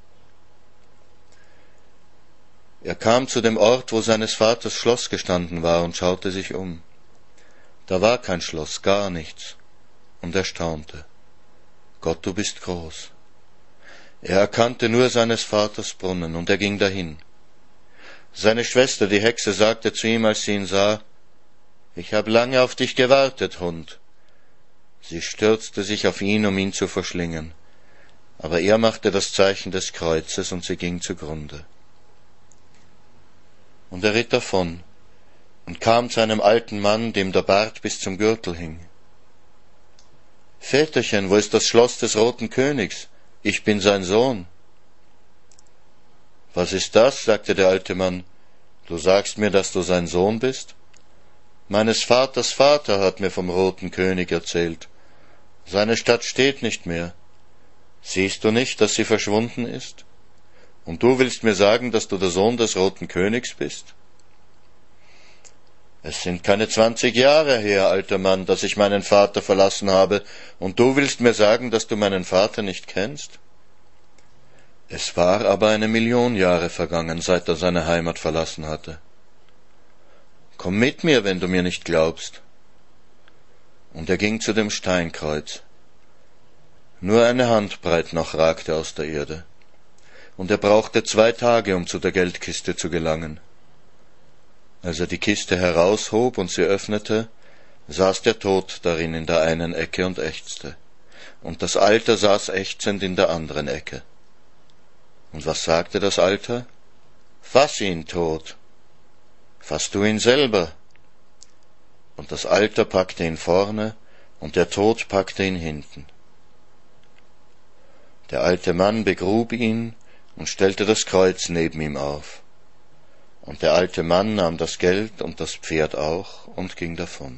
Er kam zu dem Ort, wo seines Vaters Schloss gestanden war, und schaute sich um. Da war kein Schloss, gar nichts, und er staunte. Gott, du bist groß. Er erkannte nur seines Vaters Brunnen, und er ging dahin. Seine Schwester, die Hexe, sagte zu ihm, als sie ihn sah: Ich habe lange auf dich gewartet, Hund. Sie stürzte sich auf ihn, um ihn zu verschlingen, aber er machte das Zeichen des Kreuzes, und sie ging zugrunde. Und er ritt davon und kam zu einem alten Mann, dem der Bart bis zum Gürtel hing. »Väterchen, wo ist das Schloss des Roten Königs? Ich bin sein Sohn.« »Was ist das?« sagte der alte Mann. »Du sagst mir, dass du sein Sohn bist? Meines Vaters Vater hat mir vom Roten König erzählt. Seine Stadt steht nicht mehr. Siehst du nicht, dass sie verschwunden ist? Und du willst mir sagen, dass du der Sohn des Roten Königs bist?« »Es sind keine zwanzig Jahre her, alter Mann, dass ich meinen Vater verlassen habe, und du willst mir sagen, dass du meinen Vater nicht kennst?« Es war aber eine Million Jahre vergangen, seit er seine Heimat verlassen hatte. »Komm mit mir, wenn du mir nicht glaubst.« Und er ging zu dem Steinkreuz. Nur eine Handbreit noch ragte aus der Erde, und er brauchte zwei Tage, um zu der Geldkiste zu gelangen. Als er die Kiste heraushob und sie öffnete, saß der Tod darin in der einen Ecke und ächzte, und das Alter saß ächzend in der anderen Ecke. Und was sagte das Alter? »Fass ihn, Tod! Fass du ihn selber!« Und das Alter packte ihn vorne, und der Tod packte ihn hinten. Der alte Mann begrub ihn und stellte das Kreuz neben ihm auf. Und der alte Mann nahm das Geld und das Pferd auch und ging davon.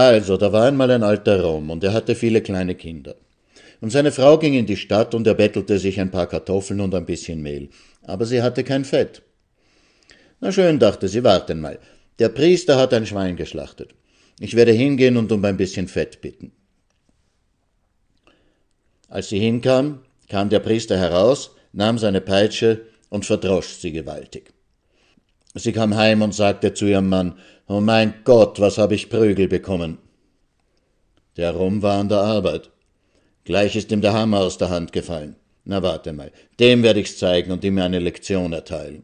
also, da war einmal ein alter Rom und er hatte viele kleine Kinder. Und seine Frau ging in die Stadt und er bettelte sich ein paar Kartoffeln und ein bisschen Mehl. Aber sie hatte kein Fett. Na schön, dachte sie, warten mal. Der Priester hat ein Schwein geschlachtet. Ich werde hingehen und um ein bisschen Fett bitten. Als sie hinkam, kam der Priester heraus, nahm seine Peitsche und verdrosch sie gewaltig. Sie kam heim und sagte zu ihrem Mann, »Oh mein Gott, was habe ich Prügel bekommen!« Der Rom war an der Arbeit. Gleich ist ihm der Hammer aus der Hand gefallen. Na warte mal, dem werde ich's zeigen und ihm eine Lektion erteilen.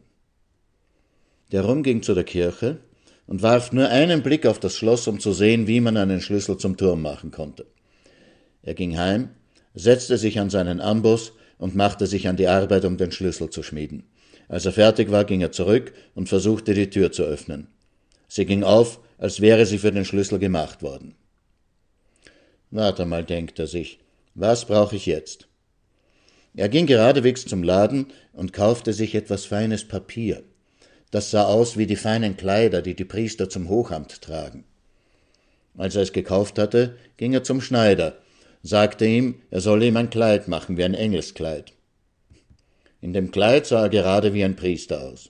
Der Rom ging zu der Kirche und warf nur einen Blick auf das Schloss, um zu sehen, wie man einen Schlüssel zum Turm machen konnte. Er ging heim, setzte sich an seinen Amboss und machte sich an die Arbeit, um den Schlüssel zu schmieden. Als er fertig war, ging er zurück und versuchte, die Tür zu öffnen. Sie ging auf, als wäre sie für den Schlüssel gemacht worden. Warte mal, denkt er sich, was brauche ich jetzt? Er ging geradewegs zum Laden und kaufte sich etwas feines Papier. Das sah aus wie die feinen Kleider, die die Priester zum Hochamt tragen. Als er es gekauft hatte, ging er zum Schneider, sagte ihm, er solle ihm ein Kleid machen, wie ein Engelskleid. In dem Kleid sah er gerade wie ein Priester aus.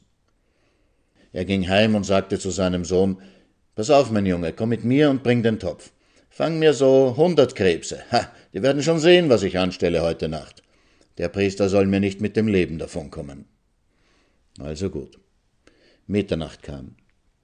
Er ging heim und sagte zu seinem Sohn, »Pass auf, mein Junge, komm mit mir und bring den Topf. Fang mir so hundert Krebse. Ha, die werden schon sehen, was ich anstelle heute Nacht. Der Priester soll mir nicht mit dem Leben davonkommen.« Also gut. Mitternacht kam.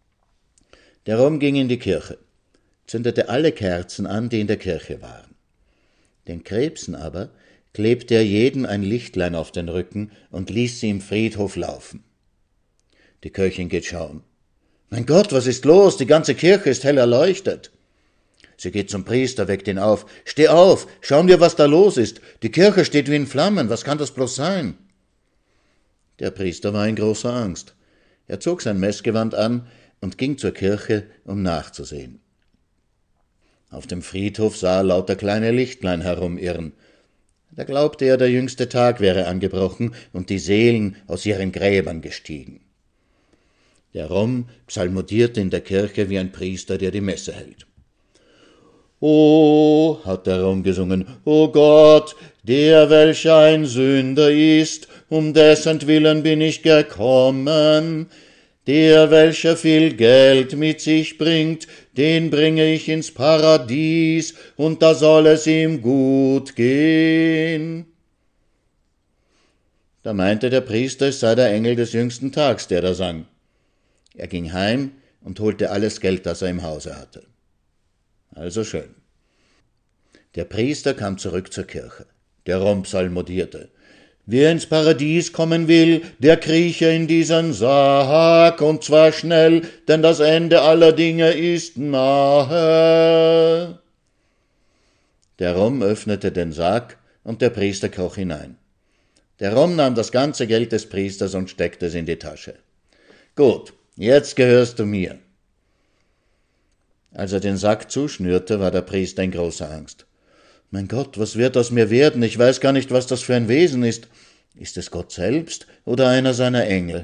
Der Rom ging in die Kirche, zündete alle Kerzen an, die in der Kirche waren. Den Krebsen aber klebte er jedem ein Lichtlein auf den Rücken und ließ sie im Friedhof laufen. Die Köchin geht schauen. »Mein Gott, was ist los? Die ganze Kirche ist hell erleuchtet.« Sie geht zum Priester, weckt ihn auf. »Steh auf, schauen wir, was da los ist. Die Kirche steht wie in Flammen. Was kann das bloß sein?« Der Priester war in großer Angst. Er zog sein Messgewand an und ging zur Kirche, um nachzusehen. Auf dem Friedhof sah er lauter kleine Lichtlein herumirren. Da glaubte er, der jüngste Tag wäre angebrochen und die Seelen aus ihren Gräbern gestiegen. Der Rom psalmodierte in der Kirche wie ein Priester, der die Messe hält. »O«, hat der Rom gesungen, »o Gott, der welcher ein Sünder ist, um dessen Willen bin ich gekommen. Der welcher viel Geld mit sich bringt, den bringe ich ins Paradies, und da soll es ihm gut gehen.« Da meinte der Priester, es sei der Engel des jüngsten Tags, der da sang. Er ging heim und holte alles Geld, das er im Hause hatte. Also schön. Der Priester kam zurück zur Kirche. Der Rom psalmodierte. »Wer ins Paradies kommen will, der krieche in diesen Sarg, und zwar schnell, denn das Ende aller Dinge ist nahe.« Der Rom öffnete den Sarg, und der Priester kroch hinein. Der Rom nahm das ganze Geld des Priesters und steckte es in die Tasche. »Gut, jetzt gehörst du mir.« Als er den Sack zuschnürte, war der Priester in großer Angst. »Mein Gott, was wird aus mir werden? Ich weiß gar nicht, was das für ein Wesen ist. Ist es Gott selbst oder einer seiner Engel?«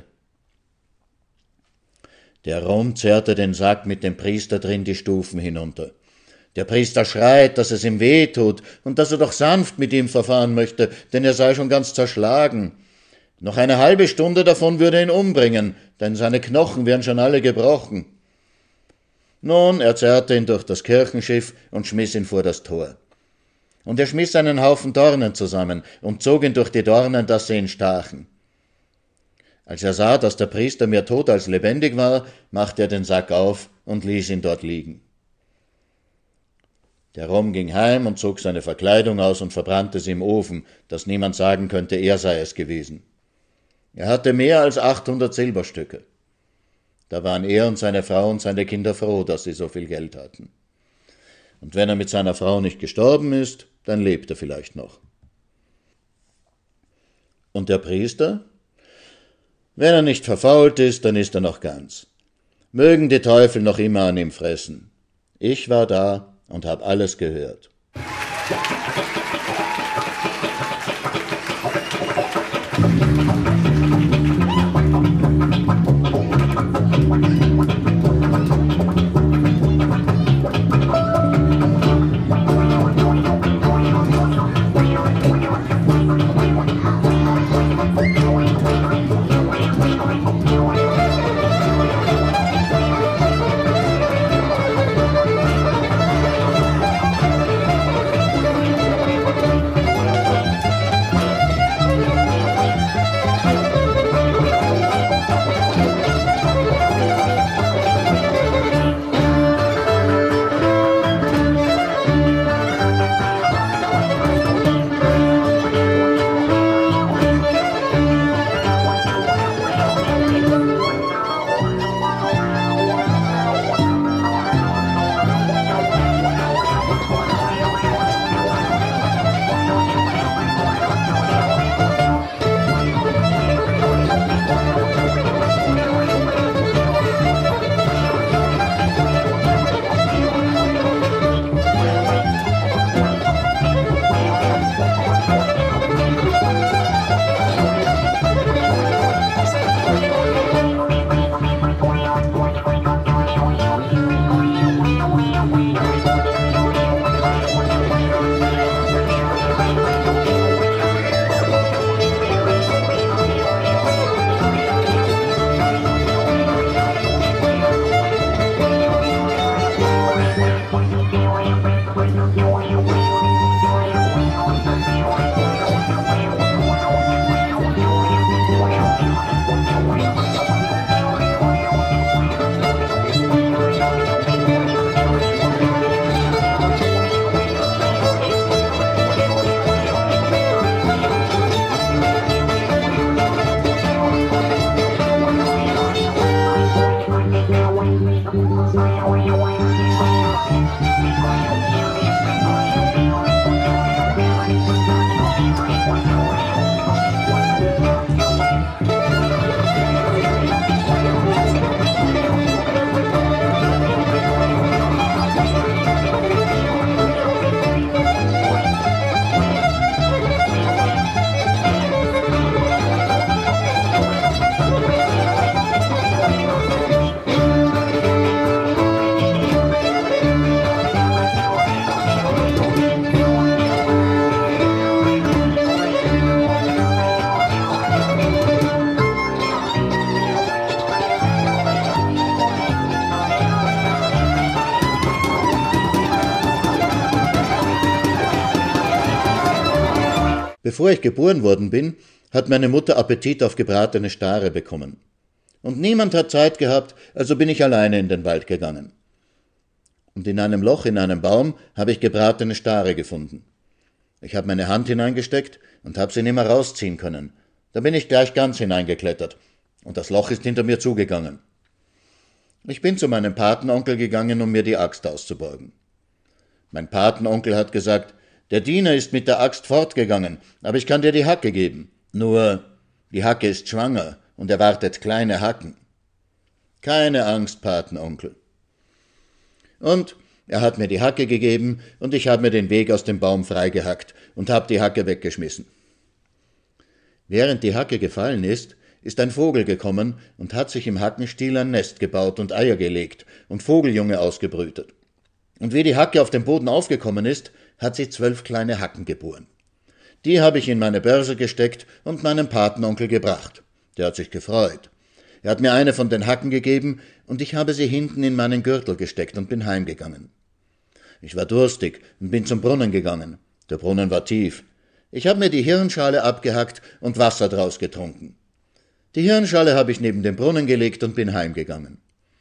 Der Rom zerrte den Sack mit dem Priester drin die Stufen hinunter. Der Priester schreit, dass es ihm weh tut und dass er doch sanft mit ihm verfahren möchte, denn er sei schon ganz zerschlagen. Noch eine halbe Stunde davon würde ihn umbringen, denn seine Knochen wären schon alle gebrochen. Nun, er zerrte ihn durch das Kirchenschiff und schmiss ihn vor das Tor. Und er schmiss einen Haufen Dornen zusammen und zog ihn durch die Dornen, dass sie ihn stachen. Als er sah, dass der Priester mehr tot als lebendig war, machte er den Sack auf und ließ ihn dort liegen. Der Rom ging heim und zog seine Verkleidung aus und verbrannte sie im Ofen, dass niemand sagen könnte, er sei es gewesen. Er hatte mehr als achthundert Silberstücke. Da waren er und seine Frau und seine Kinder froh, dass sie so viel Geld hatten. Und wenn er mit seiner Frau nicht gestorben ist, dann lebt er vielleicht noch. Und der Priester? Wenn er nicht verfault ist, dann ist er noch ganz. Mögen die Teufel noch immer an ihm fressen. Ich war da und habe alles gehört. Bevor ich geboren worden bin, hat meine Mutter Appetit auf gebratene Stare bekommen. Und niemand hat Zeit gehabt, also bin ich alleine in den Wald gegangen. Und in einem Loch in einem Baum habe ich gebratene Stare gefunden. Ich habe meine Hand hineingesteckt und habe sie nicht mehr rausziehen können. Da bin ich gleich ganz hineingeklettert und das Loch ist hinter mir zugegangen. Ich bin zu meinem Patenonkel gegangen, um mir die Axt auszuborgen. Mein Patenonkel hat gesagt, der Diener ist mit der Axt fortgegangen, aber ich kann dir die Hacke geben. Nur, die Hacke ist schwanger und erwartet kleine Hacken. Keine Angst, Patenonkel. Und er hat mir die Hacke gegeben und ich habe mir den Weg aus dem Baum freigehackt und habe die Hacke weggeschmissen. Während die Hacke gefallen ist, ist ein Vogel gekommen und hat sich im Hackenstiel ein Nest gebaut und Eier gelegt und Vogeljunge ausgebrütet. Und wie die Hacke auf dem Boden aufgekommen ist, hat sie zwölf kleine Hacken geboren. Die habe ich in meine Börse gesteckt und meinem Patenonkel gebracht. Der hat sich gefreut. Er hat mir eine von den Hacken gegeben und ich habe sie hinten in meinen Gürtel gesteckt und bin heimgegangen. Ich war durstig und bin zum Brunnen gegangen. Der Brunnen war tief. Ich habe mir die Hirnschale abgehackt und Wasser draus getrunken. Die Hirnschale habe ich neben den Brunnen gelegt und bin heimgegangen.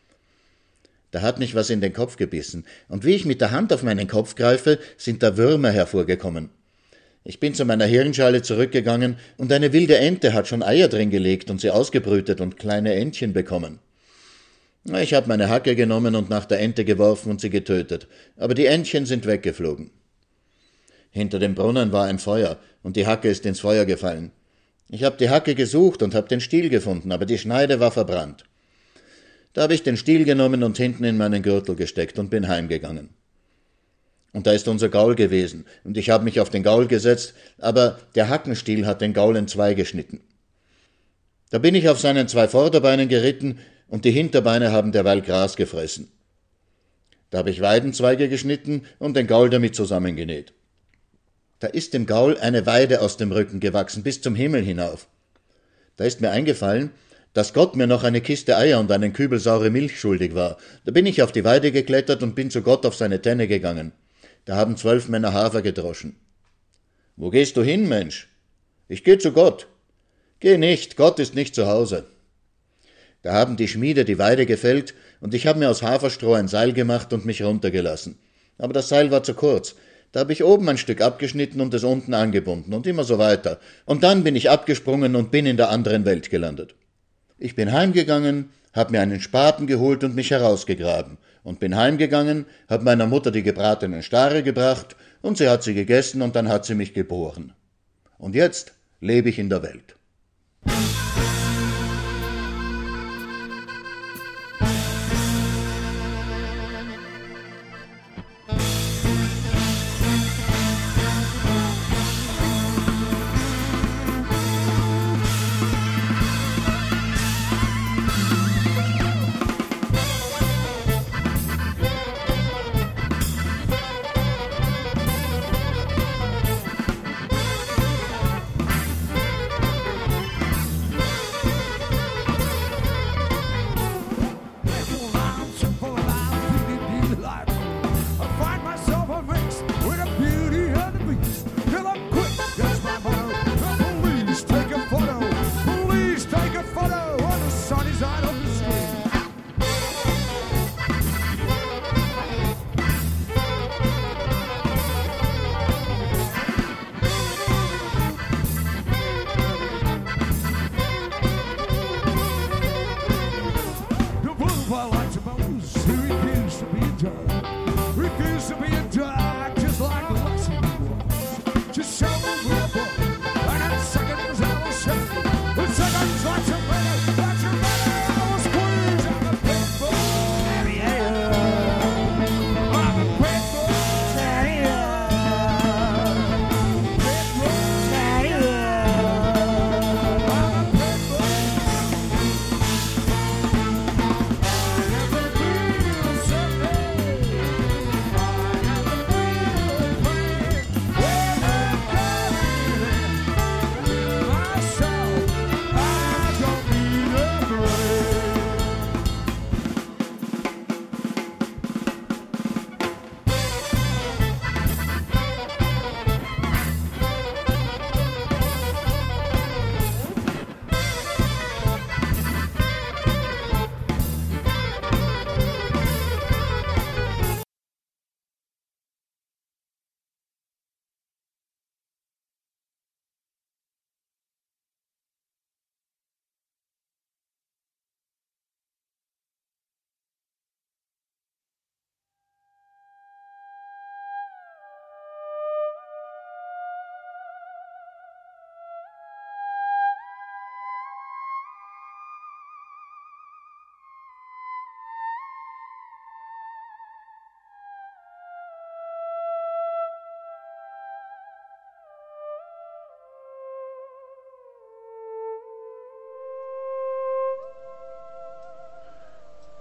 Da hat mich was in den Kopf gebissen, und wie ich mit der Hand auf meinen Kopf greife, sind da Würmer hervorgekommen. Ich bin zu meiner Hirnschale zurückgegangen, und eine wilde Ente hat schon Eier drin gelegt und sie ausgebrütet und kleine Entchen bekommen. Ich habe meine Hacke genommen und nach der Ente geworfen und sie getötet, aber die Entchen sind weggeflogen. Hinter dem Brunnen war ein Feuer, und die Hacke ist ins Feuer gefallen. Ich habe die Hacke gesucht und habe den Stiel gefunden, aber die Schneide war verbrannt. Da habe ich den Stiel genommen und hinten in meinen Gürtel gesteckt und bin heimgegangen. Und da ist unser Gaul gewesen, und ich habe mich auf den Gaul gesetzt, aber der Hackenstiel hat den Gaul in zwei geschnitten. Da bin ich auf seinen zwei Vorderbeinen geritten, und die Hinterbeine haben derweil Gras gefressen. Da habe ich Weidenzweige geschnitten und den Gaul damit zusammengenäht. Da ist dem Gaul eine Weide aus dem Rücken gewachsen, bis zum Himmel hinauf. Da ist mir eingefallen, dass Gott mir noch eine Kiste Eier und einen Kübel saure Milch schuldig war. Da bin ich auf die Weide geklettert und bin zu Gott auf seine Tenne gegangen. Da haben zwölf Männer Hafer gedroschen. »Wo gehst du hin, Mensch?« »Ich geh zu Gott.« »Geh nicht, Gott ist nicht zu Hause.« Da haben die Schmiede die Weide gefällt und ich habe mir aus Haferstroh ein Seil gemacht und mich runtergelassen. Aber das Seil war zu kurz. Da habe ich oben ein Stück abgeschnitten und es unten angebunden und immer so weiter. Und dann bin ich abgesprungen und bin in der anderen Welt gelandet. Ich bin heimgegangen, habe mir einen Spaten geholt und mich herausgegraben und bin heimgegangen, habe meiner Mutter die gebratenen Stare gebracht und sie hat sie gegessen und dann hat sie mich geboren. Und jetzt lebe ich in der Welt.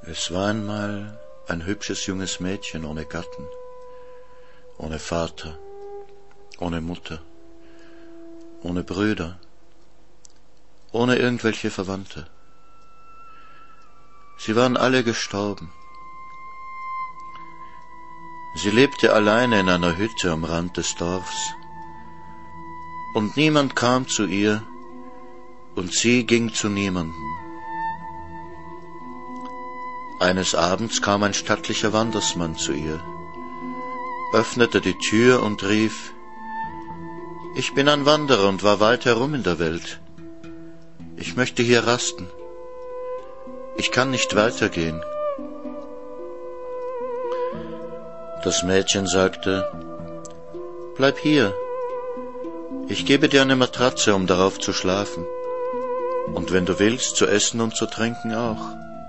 Es war einmal ein hübsches junges Mädchen ohne Gatten, ohne Vater, ohne Mutter, ohne Brüder, ohne irgendwelche Verwandte. Sie waren alle gestorben. Sie lebte alleine in einer Hütte am Rand des Dorfs, und niemand kam zu ihr, und sie ging zu niemandem. Eines Abends kam ein stattlicher Wandersmann zu ihr, öffnete die Tür und rief: »Ich bin ein Wanderer und war weit herum in der Welt. Ich möchte hier rasten. Ich kann nicht weitergehen.« Das Mädchen sagte: »Bleib hier. Ich gebe dir eine Matratze, um darauf zu schlafen. Und wenn du willst, zu essen und zu trinken auch.«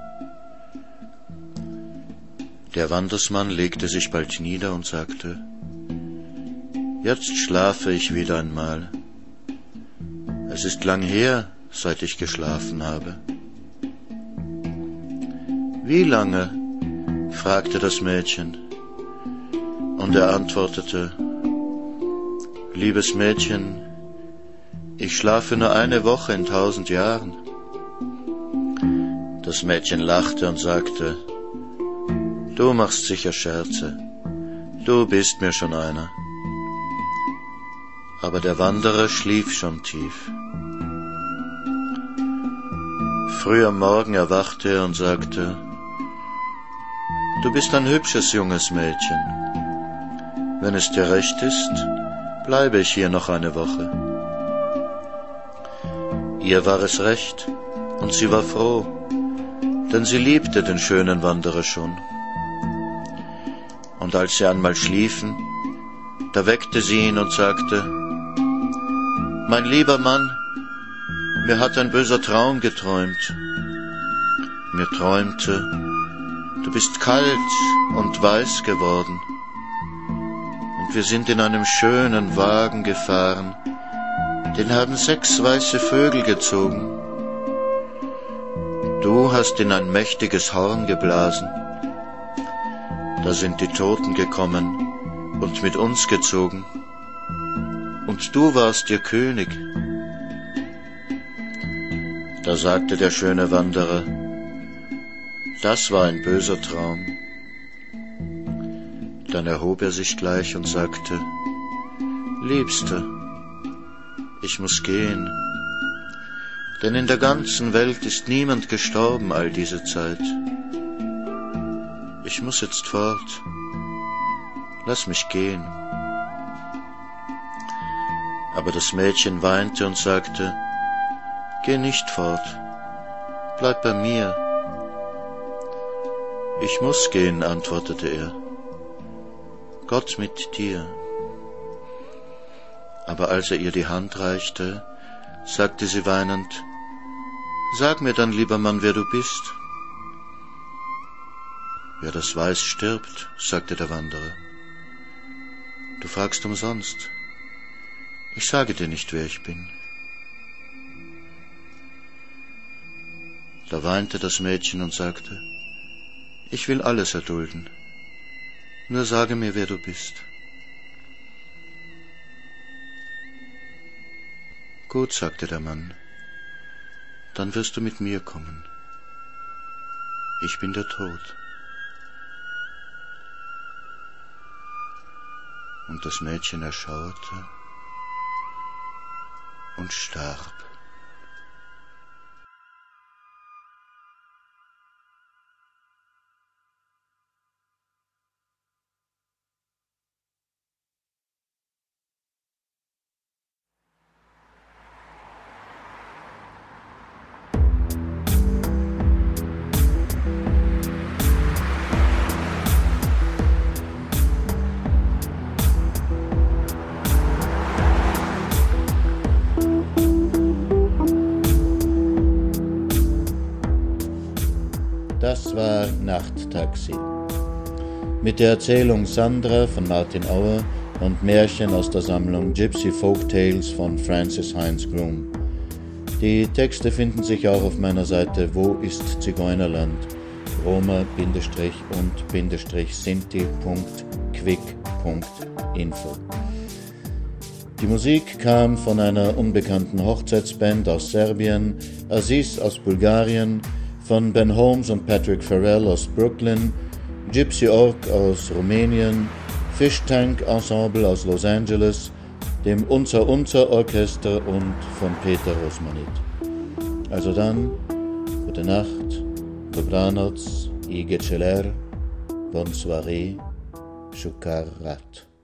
Der Wandersmann legte sich bald nieder und sagte: »Jetzt schlafe ich wieder einmal. Es ist lang her, seit ich geschlafen habe.« »Wie lange?« fragte das Mädchen. Und er antwortete: »Liebes Mädchen, ich schlafe nur eine Woche in tausend Jahren.« Das Mädchen lachte und sagte: »Du machst sicher Scherze. Du bist mir schon einer.« Aber der Wanderer schlief schon tief. Früh am Morgen erwachte er und sagte: »Du bist ein hübsches junges Mädchen. Wenn es dir recht ist, bleibe ich hier noch eine Woche.« Ihr war es recht, und sie war froh, denn sie liebte den schönen Wanderer schon. Und als sie einmal schliefen, da weckte sie ihn und sagte: »Mein lieber Mann, mir hat ein böser Traum geträumt. Mir träumte, du bist kalt und weiß geworden, und wir sind in einem schönen Wagen gefahren, den haben sechs weiße Vögel gezogen. Du hast in ein mächtiges Horn geblasen. Da sind die Toten gekommen und mit uns gezogen, und du warst ihr König.« Da sagte der schöne Wanderer: »Das war ein böser Traum.« Dann erhob er sich gleich und sagte: »Liebste, ich muss gehen, denn in der ganzen Welt ist niemand gestorben all diese Zeit. Ich muss jetzt fort. Lass mich gehen.« Aber das Mädchen weinte und sagte: »Geh nicht fort, bleib bei mir.« »Ich muss gehen«, antwortete er. »Gott mit dir.« Aber als er ihr die Hand reichte, sagte sie weinend: »Sag mir dann, lieber Mann, wer du bist.« »Wer das weiß, stirbt«, sagte der Wanderer. »Du fragst umsonst. Ich sage dir nicht, wer ich bin.« Da weinte das Mädchen und sagte: »Ich will alles erdulden. Nur sage mir, wer du bist.« »Gut«, sagte der Mann, »dann wirst du mit mir kommen. Ich bin der Tod.« Und das Mädchen erschauerte und starb. Das war Nachttaxi. Mit der Erzählung Sandra von Martin Auer und Märchen aus der Sammlung Gypsy Folk Tales von Francis Heinz Groom. Die Texte finden sich auch auf meiner Seite Wo ist Zigeunerland, roma-und-sinti punkt quick punkt info. Die Musik kam von einer unbekannten Hochzeitsband aus Serbien, Aziz aus Bulgarien, von Ben Holmes und Patrick Farrell aus Brooklyn, Gypsy Org aus Rumänien, Fish Tank Ensemble aus Los Angeles, dem Unser Unser Orchester und von Peter Rosmanit. Also dann, gute Nacht, dobranoc, i geceler, bonne soirée, Shukarat.